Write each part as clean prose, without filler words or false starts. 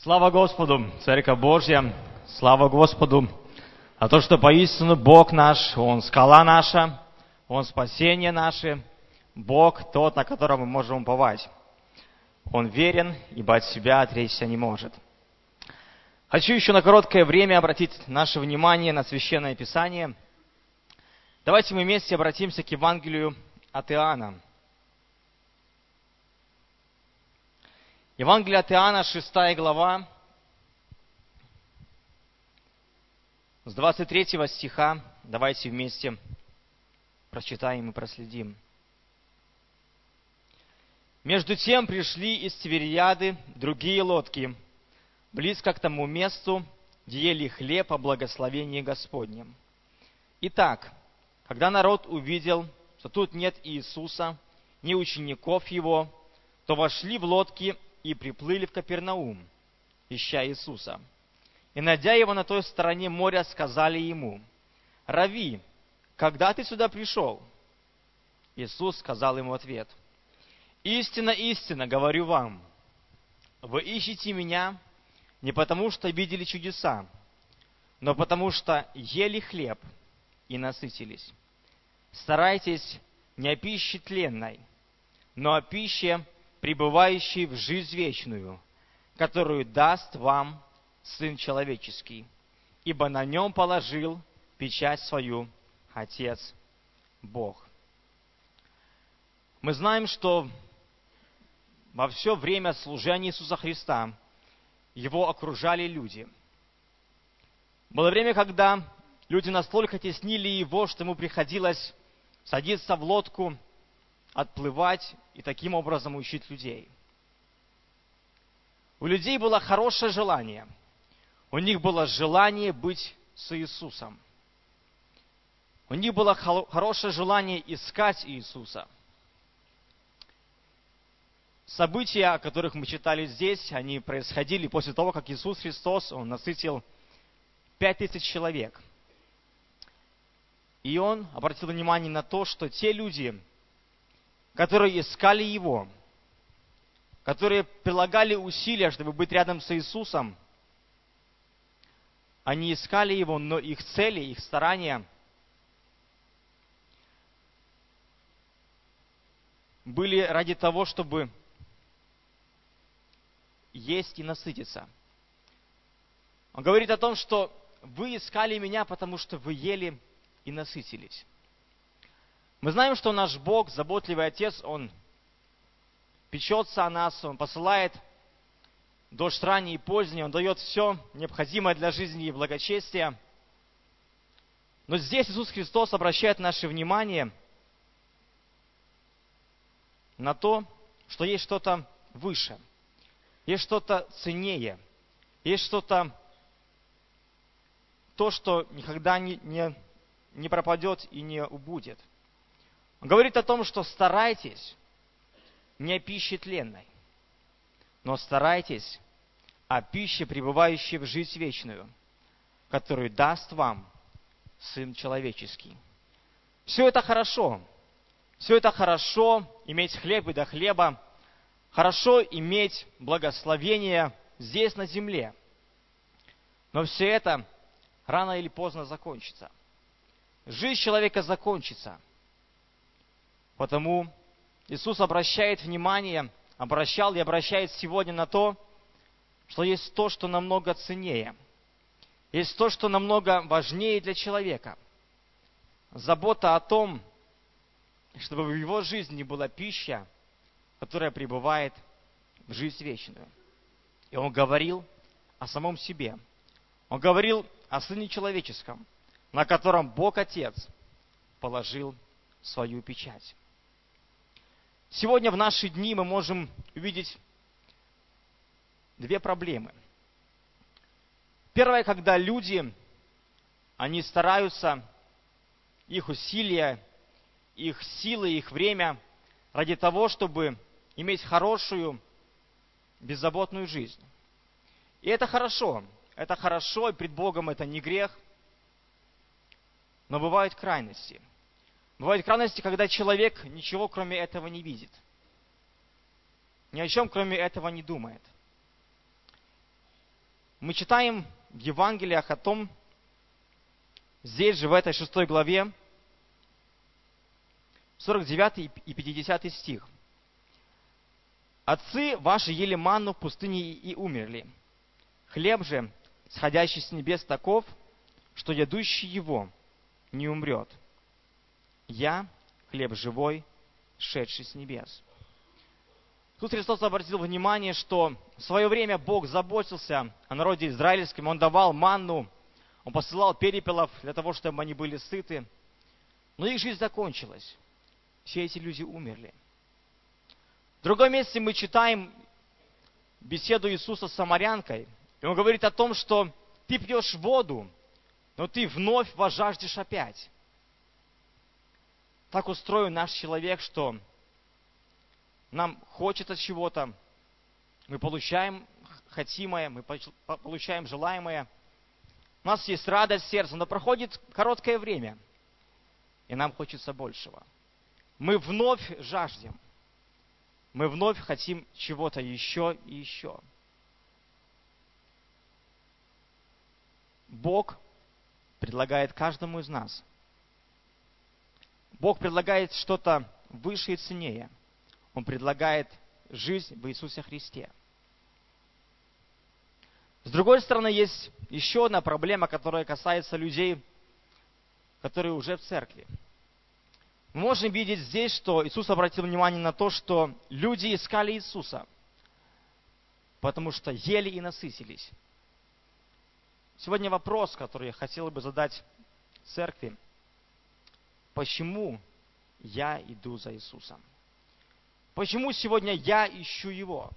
Слава Господу, Церковь Божья, слава Господу, а то, что поистину Бог наш, Он скала наша, Он спасение наше, Бог тот, на которого мы можем уповать. Он верен, ибо от себя отречься не может. Хочу еще на короткое время обратить наше внимание на Священное Писание. Давайте мы вместе обратимся к Евангелию от Иоанна. Евангелие от Иоанна, 6 глава, с 23 стиха. Давайте вместе прочитаем и проследим. «Между тем пришли из Тивериады другие лодки, близко к тому месту, где ели хлеб о благословении Господнем. Итак, когда народ увидел, что тут нет Иисуса, ни учеников Его, то вошли в лодки и приплыли в Капернаум, ища Иисуса. И, найдя Его на той стороне моря, сказали Ему: „Рави, когда ты сюда пришел?“ Иисус сказал им в ответ: „Истинно, истинно говорю вам, вы ищете Меня не потому, что видели чудеса, но потому, что ели хлеб и насытились. Старайтесь не о пище тленной, но о пище, пребывающей в жизнь вечную, которую даст вам Сын Человеческий, ибо на Нем положил печать свою Отец Бог“». Мы знаем, что во все время служения Иисуса Христа Его окружали люди. Было время, когда люди настолько теснили Его, что Ему приходилось садиться в лодку, отплывать и таким образом учить людей. У людей было хорошее желание. У них было желание быть с Иисусом. У них было хорошее желание искать Иисуса. События, о которых мы читали здесь, они происходили после того, как Иисус Христос, Он насытил 5000 человек. И Он обратил внимание на то, что те люди, которые искали Его, которые прилагали усилия, чтобы быть рядом с Иисусом, они искали Его, но их цели, их старания были ради того, чтобы есть и насытиться. Он говорит о том, что вы искали Меня, потому что вы ели и насытились. Мы знаем, что наш Бог, заботливый Отец, Он печется о нас, Он посылает дождь ранний и поздний, Он дает все необходимое для жизни и благочестия. Но здесь Иисус Христос обращает наше внимание на то, что есть что-то выше, есть что-то ценнее, есть что-то, то, что никогда не пропадет и не убудет. Он говорит о том, что старайтесь не о пище тленной, но старайтесь о пище, пребывающей в жизнь вечную, которую даст вам Сын Человеческий. Все это хорошо. Все это хорошо, иметь хлеб и до хлеба. Хорошо иметь благословение здесь, на земле. Но все это рано или поздно закончится. Жизнь человека закончится. Потому Иисус обращает внимание, обращал и обращает сегодня на то, что есть то, что намного ценнее. Есть то, что намного важнее для человека. Забота о том, чтобы в его жизни была пища, которая пребывает в жизнь вечную. И Он говорил о самом себе. Он говорил о Сыне Человеческом, на котором Бог Отец положил свою печать. Сегодня в наши дни мы можем увидеть две проблемы. Первое, когда люди, они стараются, их усилия, их силы, их время ради того, чтобы иметь хорошую, беззаботную жизнь. И это хорошо, и пред Богом это не грех, но бывают крайности. Бывают крайности, когда человек ничего кроме этого не видит. Ни о чем кроме этого не думает. Мы читаем в Евангелиях о том, здесь же, в этой 6 главе, 49 и 50 стих. «Отцы ваши ели манну в пустыне и умерли. Хлеб же, сходящий с небес, таков, что едущий его не умрет. Я — хлеб живой, шедший с небес». Тут Христос обратил внимание, что в свое время Бог заботился о народе израильском, Он давал манну, Он посылал перепелов для того, чтобы они были сыты. Но их жизнь закончилась. Все эти люди умерли. В другом месте мы читаем беседу Иисуса с самарянкой, и Он говорит о том, что ты пьешь воду, но ты вновь возжаждешь опять. Так устроен наш человек, что нам хочется чего-то, мы получаем хотимое, мы получаем желаемое. У нас есть радость в сердце, но проходит короткое время, и нам хочется большего. Мы вновь жаждем, мы вновь хотим чего-то еще и еще. Бог предлагает каждому из нас. Бог предлагает что-то выше и ценнее. Он предлагает жизнь в Иисусе Христе. С другой стороны, есть еще одна проблема, которая касается людей, которые уже в церкви. Мы можем видеть здесь, что Иисус обратил внимание на то, что люди искали Иисуса, потому что ели и насытились. Сегодня вопрос, который я хотел бы задать церкви. Почему я иду за Иисусом? Почему сегодня я ищу Его?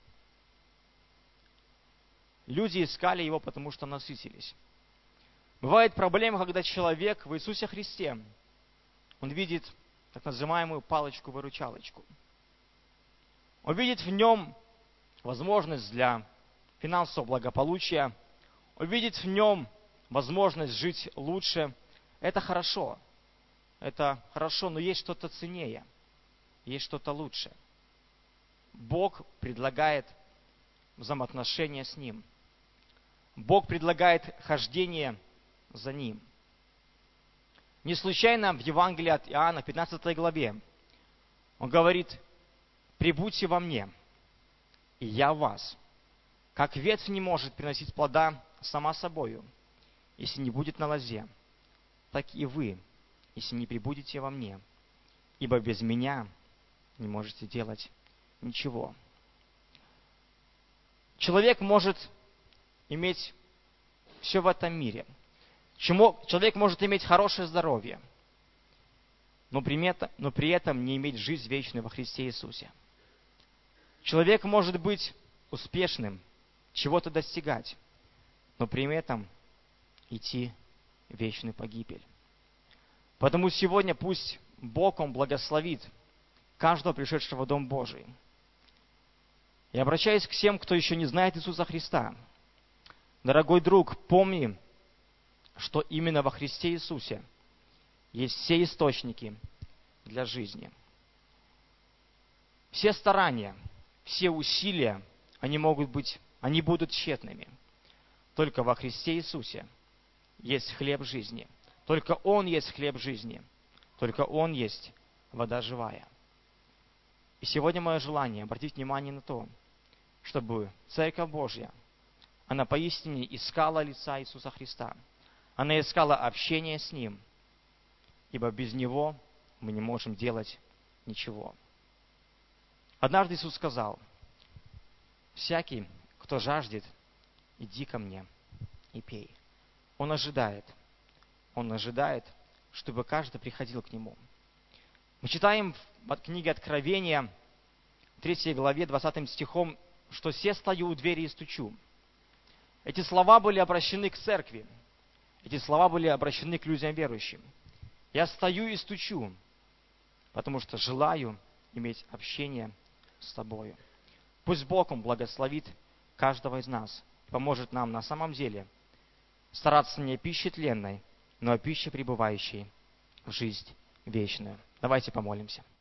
Люди искали Его, потому что насытились. Бывает проблема, когда человек в Иисусе Христе, он видит так называемую палочку-выручалочку. Он видит в нем возможность для финансового благополучия, он видит в нем возможность жить лучше. Это хорошо, но есть что-то ценнее. Есть что-то лучше. Бог предлагает взаимоотношения с Ним. Бог предлагает хождение за Ним. Не случайно в Евангелии от Иоанна, 15 главе, Он говорит: «Прибудьте во мне, и я в вас. Как ветвь не может приносить плода сама собою, если не будет на лозе, так и вы, если не прибудете во мне. Ибо без меня не можете делать ничего». Человек может иметь все в этом мире. Человек может иметь хорошее здоровье, но при этом не иметь жизнь вечную во Христе Иисусе. Человек может быть успешным, чего-то достигать, но при этом идти в вечную погибель. Поэтому сегодня пусть Бог, Он благословит каждого пришедшего в Дом Божий. И обращаюсь к тем, кто еще не знает Иисуса Христа. Дорогой друг, помни, что именно во Христе Иисусе есть все источники для жизни. Все старания, все усилия, они будут тщетными. Только во Христе Иисусе есть хлеб жизни. Только Он есть хлеб жизни. Только Он есть вода живая. И сегодня мое желание обратить внимание на то, чтобы Церковь Божья, она поистине искала лица Иисуса Христа. Она искала общение с Ним, ибо без Него мы не можем делать ничего. Однажды Иисус сказал: «Всякий, кто жаждет, иди ко мне и пей». Он ожидает, чтобы каждый приходил к Нему. Мы читаем в книге Откровения, 3 главе, 20 стихом, что «се стою у двери и стучу». Эти слова были обращены к церкви. Эти слова были обращены к людям верующим. Я стою и стучу, потому что желаю иметь общение с тобою. Пусть Бог Он благословит каждого из нас и поможет нам на самом деле стараться не о пище тленной, но о пище, пребывающей в жизнь вечную. Давайте помолимся.